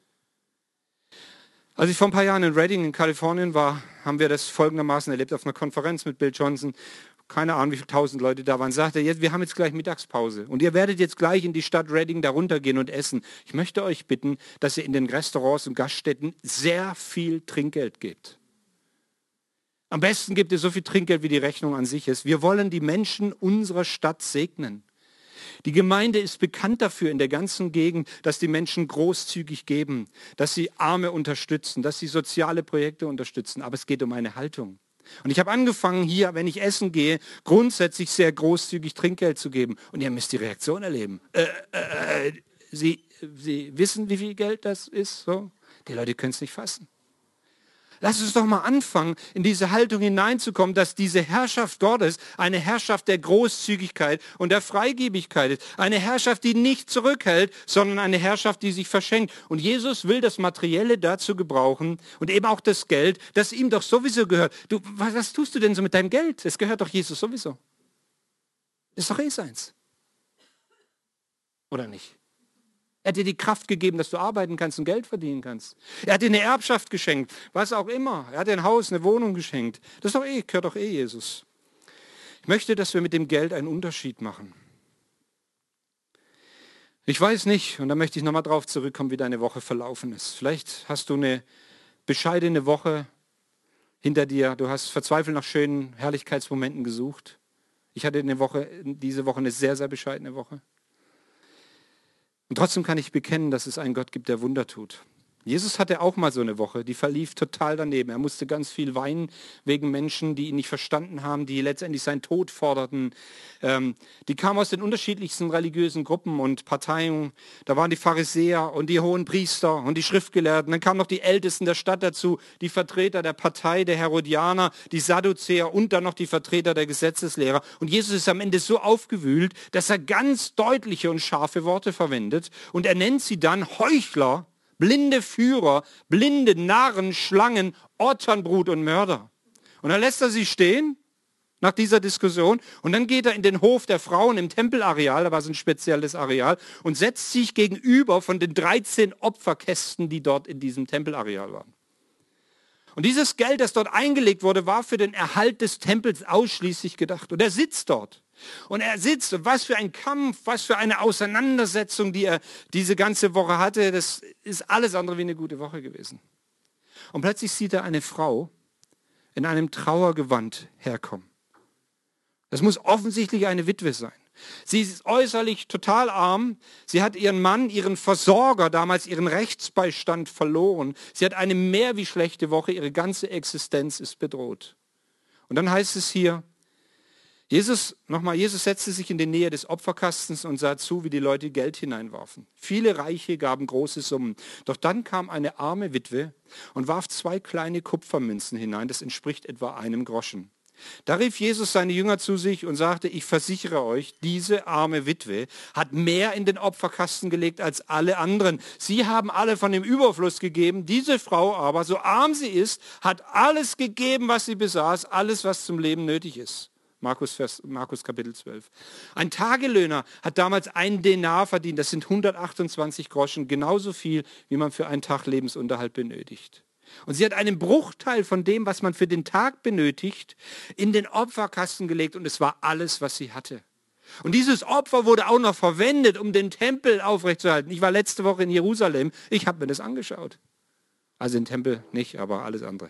Als ich vor ein paar Jahren in Redding in Kalifornien war, haben wir das folgendermaßen erlebt auf einer Konferenz mit Bill Johnson. Keine Ahnung, wie viele tausend Leute da waren. Sagte, jetzt, wir haben jetzt gleich Mittagspause und ihr werdet jetzt gleich in die Stadt Redding da runtergehen und essen. Ich möchte euch bitten, dass ihr in den Restaurants und Gaststätten sehr viel Trinkgeld gebt. Am besten gebt ihr so viel Trinkgeld, wie die Rechnung an sich ist. Wir wollen die Menschen unserer Stadt segnen. Die Gemeinde ist bekannt dafür in der ganzen Gegend, dass die Menschen großzügig geben, dass sie Arme unterstützen, dass sie soziale Projekte unterstützen. Aber es geht um eine Haltung. Und ich habe angefangen hier, wenn ich essen gehe, grundsätzlich sehr großzügig Trinkgeld zu geben. Und ihr müsst die Reaktion erleben. Äh, äh, Sie, Sie wissen, wie viel Geld das ist? So? Die Leute können es nicht fassen. Lass uns doch mal anfangen, in diese Haltung hineinzukommen, dass diese Herrschaft Gottes eine Herrschaft der Großzügigkeit und der Freigebigkeit ist. Eine Herrschaft, die nicht zurückhält, sondern eine Herrschaft, die sich verschenkt. Und Jesus will das Materielle dazu gebrauchen und eben auch das Geld, das ihm doch sowieso gehört. Du, was, was tust du denn so mit deinem Geld? Es gehört doch Jesus sowieso. Ist doch eh seins. Oder nicht? Er hat dir die Kraft gegeben, dass du arbeiten kannst und Geld verdienen kannst. Er hat dir eine Erbschaft geschenkt, was auch immer. Er hat dir ein Haus, eine Wohnung geschenkt. Das ist doch eh, gehört doch eh Jesus. Ich möchte, dass wir mit dem Geld einen Unterschied machen. Ich weiß nicht, und da möchte ich nochmal drauf zurückkommen, wie deine Woche verlaufen ist. Vielleicht hast du eine bescheidene Woche hinter dir. Du hast verzweifelt nach schönen Herrlichkeitsmomenten gesucht. Ich hatte eine Woche, diese Woche eine sehr, sehr bescheidene Woche. Und trotzdem kann ich bekennen, dass es einen Gott gibt, der Wunder tut. Jesus hatte auch mal so eine Woche, die verlief total daneben. Er musste ganz viel weinen wegen Menschen, die ihn nicht verstanden haben, die letztendlich seinen Tod forderten. Ähm, die kamen aus den unterschiedlichsten religiösen Gruppen und Parteien. Da waren die Pharisäer und die hohen Priester und die Schriftgelehrten. Dann kamen noch die Ältesten der Stadt dazu, die Vertreter der Partei der Herodianer, die Sadduzäer und dann noch die Vertreter der Gesetzeslehrer. Und Jesus ist am Ende so aufgewühlt, dass er ganz deutliche und scharfe Worte verwendet. Und er nennt sie dann Heuchler, blinde Führer, blinde Narren, Schlangen, Otternbrut und Mörder. Und dann lässt er sie stehen nach dieser Diskussion und dann geht er in den Hof der Frauen im Tempelareal, da war es ein spezielles Areal, und setzt sich gegenüber von den dreizehn Opferkästen, die dort in diesem Tempelareal waren. Und dieses Geld, das dort eingelegt wurde, war für den Erhalt des Tempels ausschließlich gedacht. Und er sitzt dort. Und er sitzt, und was für ein Kampf, was für eine Auseinandersetzung, die er diese ganze Woche hatte, das ist alles andere wie eine gute Woche gewesen. Und plötzlich sieht er eine Frau in einem Trauergewand herkommen. Das muss offensichtlich eine Witwe sein. Sie ist äußerlich total arm. Sie hat ihren Mann, ihren Versorger, damals ihren Rechtsbeistand verloren. Sie hat eine mehr wie schlechte Woche. Ihre ganze Existenz ist bedroht. Und dann heißt es hier, Jesus, nochmal, Jesus setzte sich in die Nähe des Opferkastens und sah zu, wie die Leute Geld hineinwarfen. Viele Reiche gaben große Summen. Doch dann kam eine arme Witwe und warf zwei kleine Kupfermünzen hinein. Das entspricht etwa einem Groschen. Da rief Jesus seine Jünger zu sich und sagte, ich versichere euch, diese arme Witwe hat mehr in den Opferkasten gelegt als alle anderen. Sie haben alle von dem Überfluss gegeben. Diese Frau aber, so arm sie ist, hat alles gegeben, was sie besaß, alles, was zum Leben nötig ist. Markus, Vers, Markus Kapitel zwölf. Ein Tagelöhner hat damals einen Denar verdient. Das sind hundertachtundzwanzig Groschen, genauso viel, wie man für einen Tag Lebensunterhalt benötigt. Und sie hat einen Bruchteil von dem, was man für den Tag benötigt, in den Opferkasten gelegt und es war alles, was sie hatte. Und dieses Opfer wurde auch noch verwendet, um den Tempel aufrechtzuerhalten. Ich war letzte Woche in Jerusalem, ich habe mir das angeschaut. Also den Tempel nicht, aber alles andere.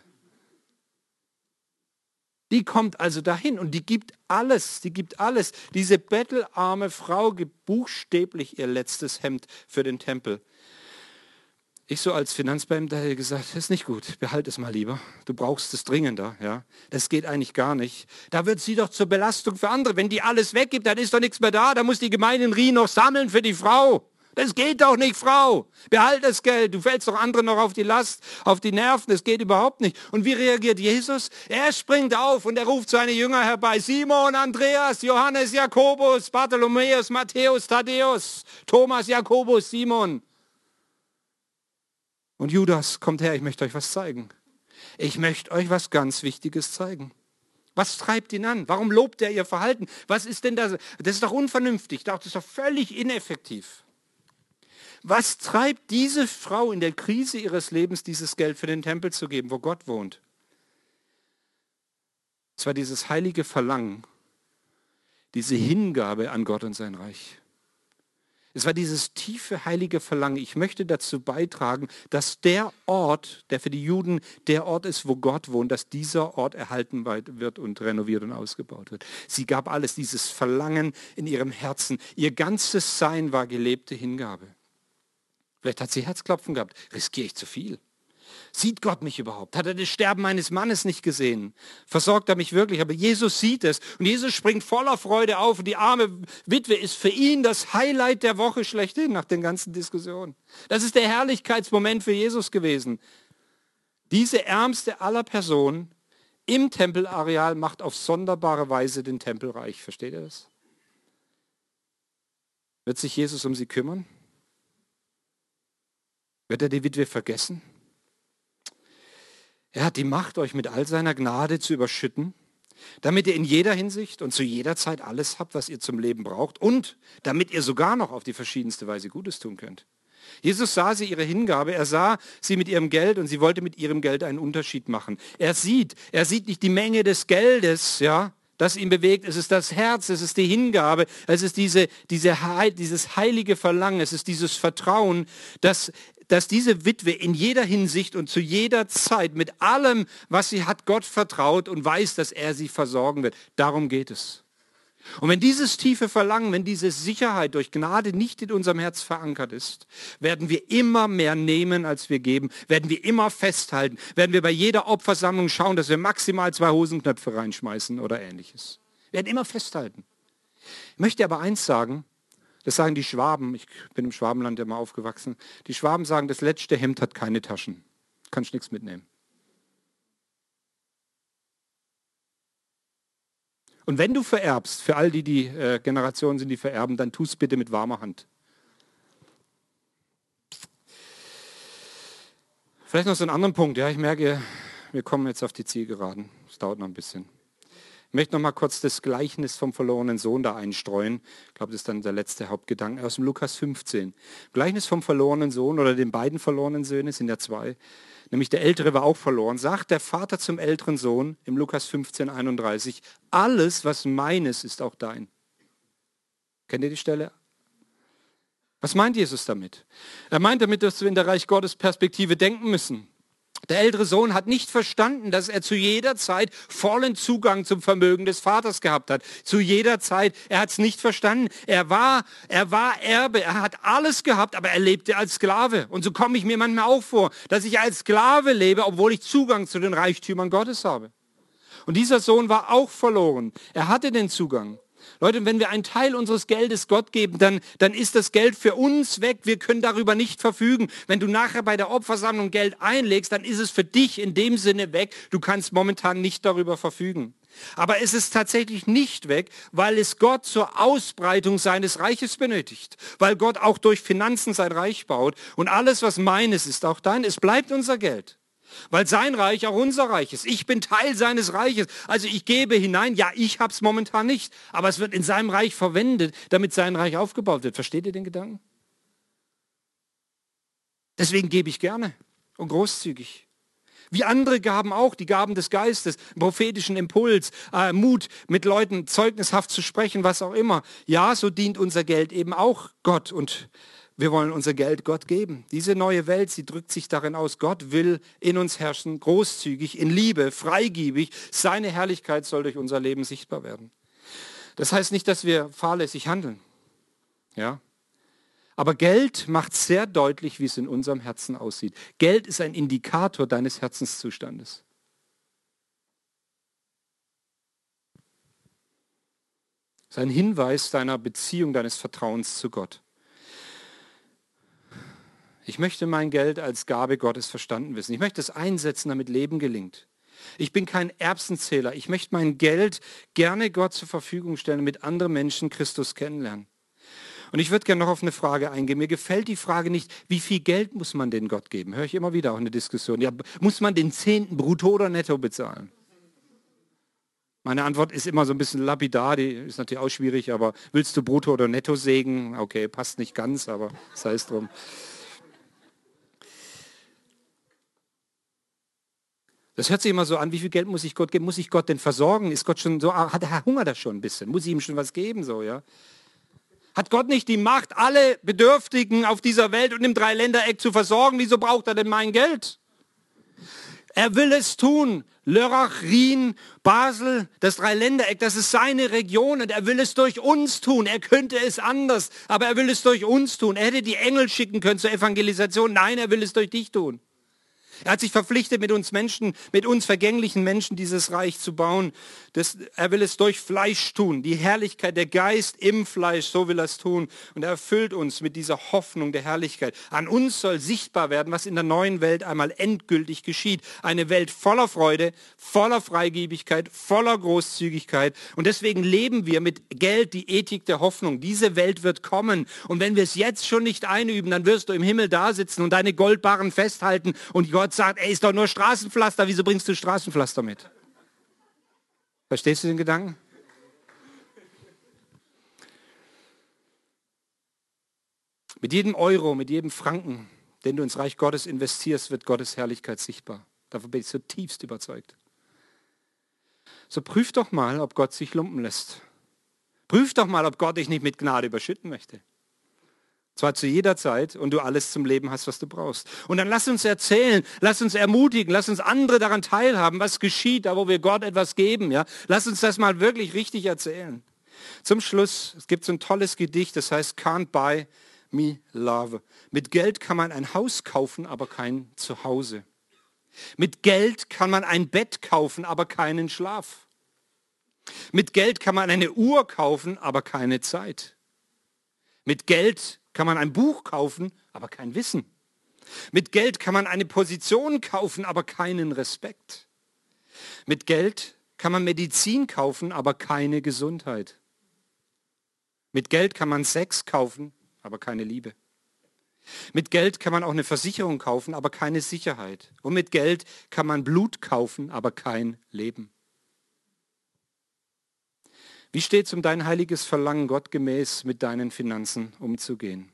Die kommt also dahin und die gibt alles, die gibt alles. Diese bettelarme Frau gibt buchstäblich ihr letztes Hemd für den Tempel. Ich so als Finanzbeamter hätte gesagt, das ist nicht gut, behalte es mal lieber. Du brauchst es dringender. Ja? Das geht eigentlich gar nicht. Da wird sie doch zur Belastung für andere. Wenn die alles weggibt, dann ist doch nichts mehr da. Da muss die Gemeinde in Rien noch sammeln für die Frau. Das geht doch nicht, Frau. Behalte das Geld. Du fällst doch anderen noch auf die Last, auf die Nerven. Das geht überhaupt nicht. Und wie reagiert Jesus? Er springt auf und er ruft seine Jünger herbei. Simon, Andreas, Johannes, Jakobus, Bartholomäus, Matthäus, Thaddäus, Thomas, Jakobus, Simon. Und Judas, kommt her, ich möchte euch was zeigen. Ich möchte euch was ganz Wichtiges zeigen. Was treibt ihn an? Warum lobt er ihr Verhalten? Was ist denn das? Das ist doch unvernünftig, das ist doch völlig ineffektiv. Was treibt diese Frau in der Krise ihres Lebens, dieses Geld für den Tempel zu geben, wo Gott wohnt? Es war dieses heilige Verlangen, diese Hingabe an Gott und sein Reich. Es war dieses tiefe, heilige Verlangen. Ich möchte dazu beitragen, dass der Ort, der für die Juden der Ort ist, wo Gott wohnt, dass dieser Ort erhalten wird und renoviert und ausgebaut wird. Sie gab alles, dieses Verlangen in ihrem Herzen. Ihr ganzes Sein war gelebte Hingabe. Vielleicht hat sie Herzklopfen gehabt. Riskiere ich zu viel? Sieht Gott mich überhaupt? Hat er das Sterben meines Mannes nicht gesehen? Versorgt er mich wirklich? Aber Jesus sieht es und Jesus springt voller Freude auf und die arme Witwe ist für ihn das Highlight der Woche schlechthin nach den ganzen Diskussionen. Das ist der Herrlichkeitsmoment für Jesus gewesen. Diese ärmste aller Personen im Tempelareal macht auf sonderbare Weise den Tempel reich. Versteht ihr das? Wird sich Jesus um sie kümmern? Wird er die Witwe vergessen? Er hat die Macht, euch mit all seiner Gnade zu überschütten, damit ihr in jeder Hinsicht und zu jeder Zeit alles habt, was ihr zum Leben braucht und damit ihr sogar noch auf die verschiedenste Weise Gutes tun könnt. Jesus sah sie ihre Hingabe, er sah sie mit ihrem Geld und sie wollte mit ihrem Geld einen Unterschied machen. Er sieht, er sieht nicht die Menge des Geldes, ja, das ihn bewegt, es ist das Herz, es ist die Hingabe, es ist diese, diese, dieses heilige Verlangen, es ist dieses Vertrauen, dass, dass diese Witwe in jeder Hinsicht und zu jeder Zeit mit allem, was sie hat, Gott vertraut und weiß, dass er sie versorgen wird. Darum geht es. Und wenn dieses tiefe Verlangen, wenn diese Sicherheit durch Gnade nicht in unserem Herz verankert ist, werden wir immer mehr nehmen, als wir geben, werden wir immer festhalten, werden wir bei jeder Opfersammlung schauen, dass wir maximal zwei Hosenknöpfe reinschmeißen oder ähnliches. Wir werden immer festhalten. Ich möchte aber eins sagen, das sagen die Schwaben, ich bin im Schwabenland ja mal aufgewachsen, die Schwaben sagen, das letzte Hemd hat keine Taschen, kannst nichts mitnehmen. Und wenn du vererbst, für all die, die äh, Generationen sind, die vererben, dann tu es bitte mit warmer Hand. Vielleicht noch so einen anderen Punkt. Ja, ich merke, wir kommen jetzt auf die Zielgeraden. Es dauert noch ein bisschen. Ich möchte noch mal kurz das Gleichnis vom verlorenen Sohn da einstreuen. Ich glaube, das ist dann der letzte Hauptgedanke aus dem Lukas fünfzehn. Gleichnis vom verlorenen Sohn oder den beiden verlorenen Söhnen sind ja zwei. Nämlich der Ältere war auch verloren. Sagt der Vater zum älteren Sohn im Lukas fünfzehn, einunddreißig, alles, was meines, ist auch dein. Kennt ihr die Stelle? Was meint Jesus damit? Er meint damit, dass wir in der Reich Gottes Perspektive denken müssen. Der ältere Sohn hat nicht verstanden, dass er zu jeder Zeit vollen Zugang zum Vermögen des Vaters gehabt hat. Zu jeder Zeit. Er hat es nicht verstanden. Er war, er war Erbe. Er hat alles gehabt, aber er lebte als Sklave. Und so komme ich mir manchmal auch vor, dass ich als Sklave lebe, obwohl ich Zugang zu den Reichtümern Gottes habe. Und dieser Sohn war auch verloren. Er hatte den Zugang. Leute, wenn wir einen Teil unseres Geldes Gott geben, dann, dann ist das Geld für uns weg. Wir können darüber nicht verfügen. Wenn du nachher bei der Opfersammlung Geld einlegst, dann ist es für dich in dem Sinne weg. Du kannst momentan nicht darüber verfügen. Aber es ist tatsächlich nicht weg, weil es Gott zur Ausbreitung seines Reiches benötigt. Weil Gott auch durch Finanzen sein Reich baut. Und alles, was meines ist, auch dein. Es bleibt unser Geld. Weil sein Reich auch unser Reich ist. Ich bin Teil seines Reiches. Also ich gebe hinein. Ja, ich habe es momentan nicht. Aber es wird in seinem Reich verwendet, damit sein Reich aufgebaut wird. Versteht ihr den Gedanken? Deswegen gebe ich gerne und großzügig. Wie andere Gaben auch, die Gaben des Geistes, prophetischen Impuls, äh, Mut, mit Leuten zeugnishaft zu sprechen, was auch immer. Ja, so dient unser Geld eben auch Gott und wir wollen unser Geld Gott geben. Diese neue Welt, sie drückt sich darin aus, Gott will in uns herrschen, großzügig, in Liebe, freigebig. Seine Herrlichkeit soll durch unser Leben sichtbar werden. Das heißt nicht, dass wir fahrlässig handeln. Ja. Aber Geld macht sehr deutlich, wie es in unserem Herzen aussieht. Geld ist ein Indikator deines Herzenszustandes. Es ist ein Hinweis deiner Beziehung, deines Vertrauens zu Gott. Ich möchte mein Geld als Gabe Gottes verstanden wissen. Ich möchte es einsetzen, damit Leben gelingt. Ich bin kein Erbsenzähler. Ich möchte mein Geld gerne Gott zur Verfügung stellen, damit andere Menschen Christus kennenlernen. Und ich würde gerne noch auf eine Frage eingehen. Mir gefällt die Frage nicht, wie viel Geld muss man denn Gott geben? Höre ich immer wieder auch eine Diskussion. Ja, muss man den Zehnten brutto oder netto bezahlen? Meine Antwort ist immer so ein bisschen lapidar, die ist natürlich auch schwierig, aber willst du brutto oder netto sägen? Okay, passt nicht ganz, aber sei es drum. Das hört sich immer so an, wie viel Geld muss ich Gott geben? Muss ich Gott denn versorgen? Ist Gott schon so, hat er Hunger da schon ein bisschen? Muss ich ihm schon was geben? So, ja? Hat Gott nicht die Macht, alle Bedürftigen auf dieser Welt und im Dreiländereck zu versorgen? Wieso braucht er denn mein Geld? Er will es tun. Lörrach, Rien, Basel, das Dreiländereck, das ist seine Region und er will es durch uns tun. Er könnte es anders, aber er will es durch uns tun. Er hätte die Engel schicken können zur Evangelisation. Nein, er will es durch dich tun. Er hat sich verpflichtet, mit uns Menschen, mit uns vergänglichen Menschen dieses Reich zu bauen. Das, er will es durch Fleisch tun. Die Herrlichkeit, der Geist im Fleisch, so will er es tun. Und er erfüllt uns mit dieser Hoffnung der Herrlichkeit. An uns soll sichtbar werden, was in der neuen Welt einmal endgültig geschieht. Eine Welt voller Freude, voller Freigebigkeit, voller Großzügigkeit. Und deswegen leben wir mit Geld die Ethik der Hoffnung. Diese Welt wird kommen. Und wenn wir es jetzt schon nicht einüben, dann wirst du im Himmel da sitzen und deine Goldbarren festhalten und Gott sagt, ey, ist doch nur Straßenpflaster, wieso bringst du Straßenpflaster mit? Verstehst du den Gedanken? Mit jedem Euro, mit jedem Franken, den du ins Reich Gottes investierst, wird Gottes Herrlichkeit sichtbar. Davon bin ich zutiefst überzeugt. So prüf doch mal, ob Gott sich lumpen lässt. Prüf doch mal, ob Gott dich nicht mit Gnade überschütten möchte. Zwar zu jeder Zeit und du alles zum Leben hast, was du brauchst. Und dann lass uns erzählen, lass uns ermutigen, lass uns andere daran teilhaben, was geschieht, da wo wir Gott etwas geben. Ja? Lass uns das mal wirklich richtig erzählen. Zum Schluss, es gibt so ein tolles Gedicht, das heißt Can't Buy Me Love. Mit Geld kann man ein Haus kaufen, aber kein Zuhause. Mit Geld kann man ein Bett kaufen, aber keinen Schlaf. Mit Geld kann man eine Uhr kaufen, aber keine Zeit. Mit Geld kann man ein Buch kaufen, aber kein Wissen. Mit Geld kann man eine Position kaufen, aber keinen Respekt. Mit Geld kann man Medizin kaufen, aber keine Gesundheit. Mit Geld kann man Sex kaufen, aber keine Liebe. Mit Geld kann man auch eine Versicherung kaufen, aber keine Sicherheit. Und mit Geld kann man Blut kaufen, aber kein Leben. Wie steht es um dein heiliges Verlangen, gottgemäß mit deinen Finanzen umzugehen?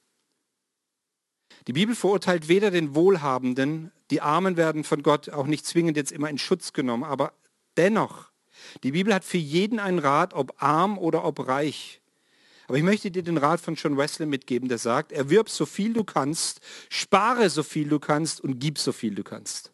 Die Bibel verurteilt weder den Wohlhabenden, die Armen werden von Gott auch nicht zwingend jetzt immer in Schutz genommen, aber dennoch, die Bibel hat für jeden einen Rat, ob arm oder ob reich. Aber ich möchte dir den Rat von John Wesley mitgeben, der sagt, erwirb so viel du kannst, spare so viel du kannst und gib so viel du kannst.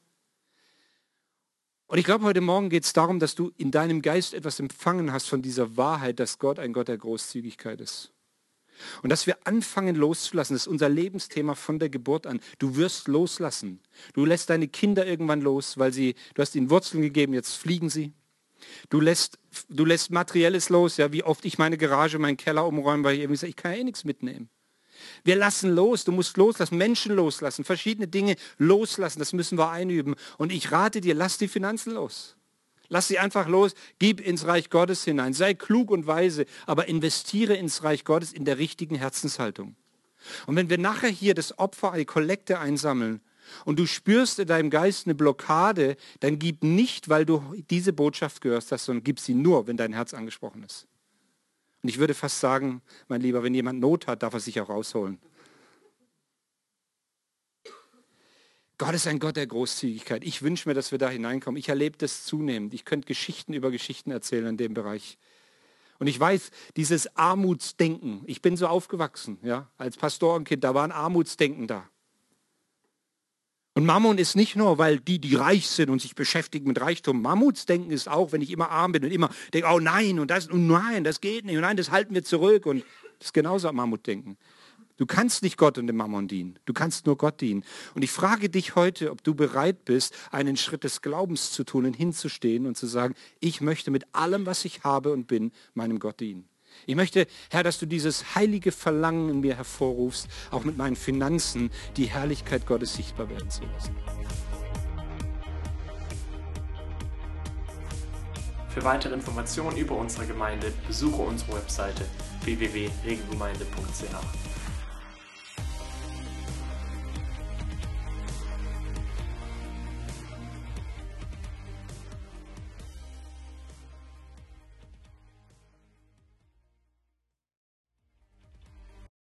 Und ich glaube, heute Morgen geht es darum, dass du in deinem Geist etwas empfangen hast von dieser Wahrheit, dass Gott ein Gott der Großzügigkeit ist. Und dass wir anfangen loszulassen, das ist unser Lebensthema von der Geburt an. Du wirst loslassen. Du lässt deine Kinder irgendwann los, weil sie, du hast ihnen Wurzeln gegeben, jetzt fliegen sie. Du lässt, du lässt Materielles los, ja, wie oft ich meine Garage, meinen Keller umräume, weil ich irgendwie sage, ich kann ja eh nichts mitnehmen. Wir lassen los, du musst loslassen, Menschen loslassen, verschiedene Dinge loslassen, das müssen wir einüben. Und ich rate dir, lass die Finanzen los. Lass sie einfach los, gib ins Reich Gottes hinein, sei klug und weise, aber investiere ins Reich Gottes in der richtigen Herzenshaltung. Und wenn wir nachher hier das Opfer, die Kollekte einsammeln und du spürst in deinem Geist eine Blockade, dann gib nicht, weil du diese Botschaft gehört hast, sondern gib sie nur, wenn dein Herz angesprochen ist. Und ich würde fast sagen, mein Lieber, wenn jemand Not hat, darf er sich auch rausholen. Gott ist ein Gott der Großzügigkeit. Ich wünsche mir, dass wir da hineinkommen. Ich erlebe das zunehmend. Ich könnte Geschichten über Geschichten erzählen in dem Bereich. Und ich weiß, dieses Armutsdenken, ich bin so aufgewachsen, ja, als Pastorenkind, da war ein Armutsdenken da. Und Mammon ist nicht nur, weil die, die reich sind und sich beschäftigen mit Reichtum. Mammutsdenken ist auch, wenn ich immer arm bin und immer denke, oh nein, und das, und nein, das geht nicht, und nein, das halten wir zurück. Und das ist genauso Mammutdenken. Du kannst nicht Gott und dem Mammon dienen. Du kannst nur Gott dienen. Und ich frage dich heute, ob du bereit bist, einen Schritt des Glaubens zu tun und hinzustehen und zu sagen, ich möchte mit allem, was ich habe und bin, meinem Gott dienen. Ich möchte, Herr, dass du dieses heilige Verlangen in mir hervorrufst, auch mit meinen Finanzen die Herrlichkeit Gottes sichtbar werden zu lassen. Für weitere Informationen über unsere Gemeinde besuche unsere Webseite w w w punkt regelgemeinde punkt c h.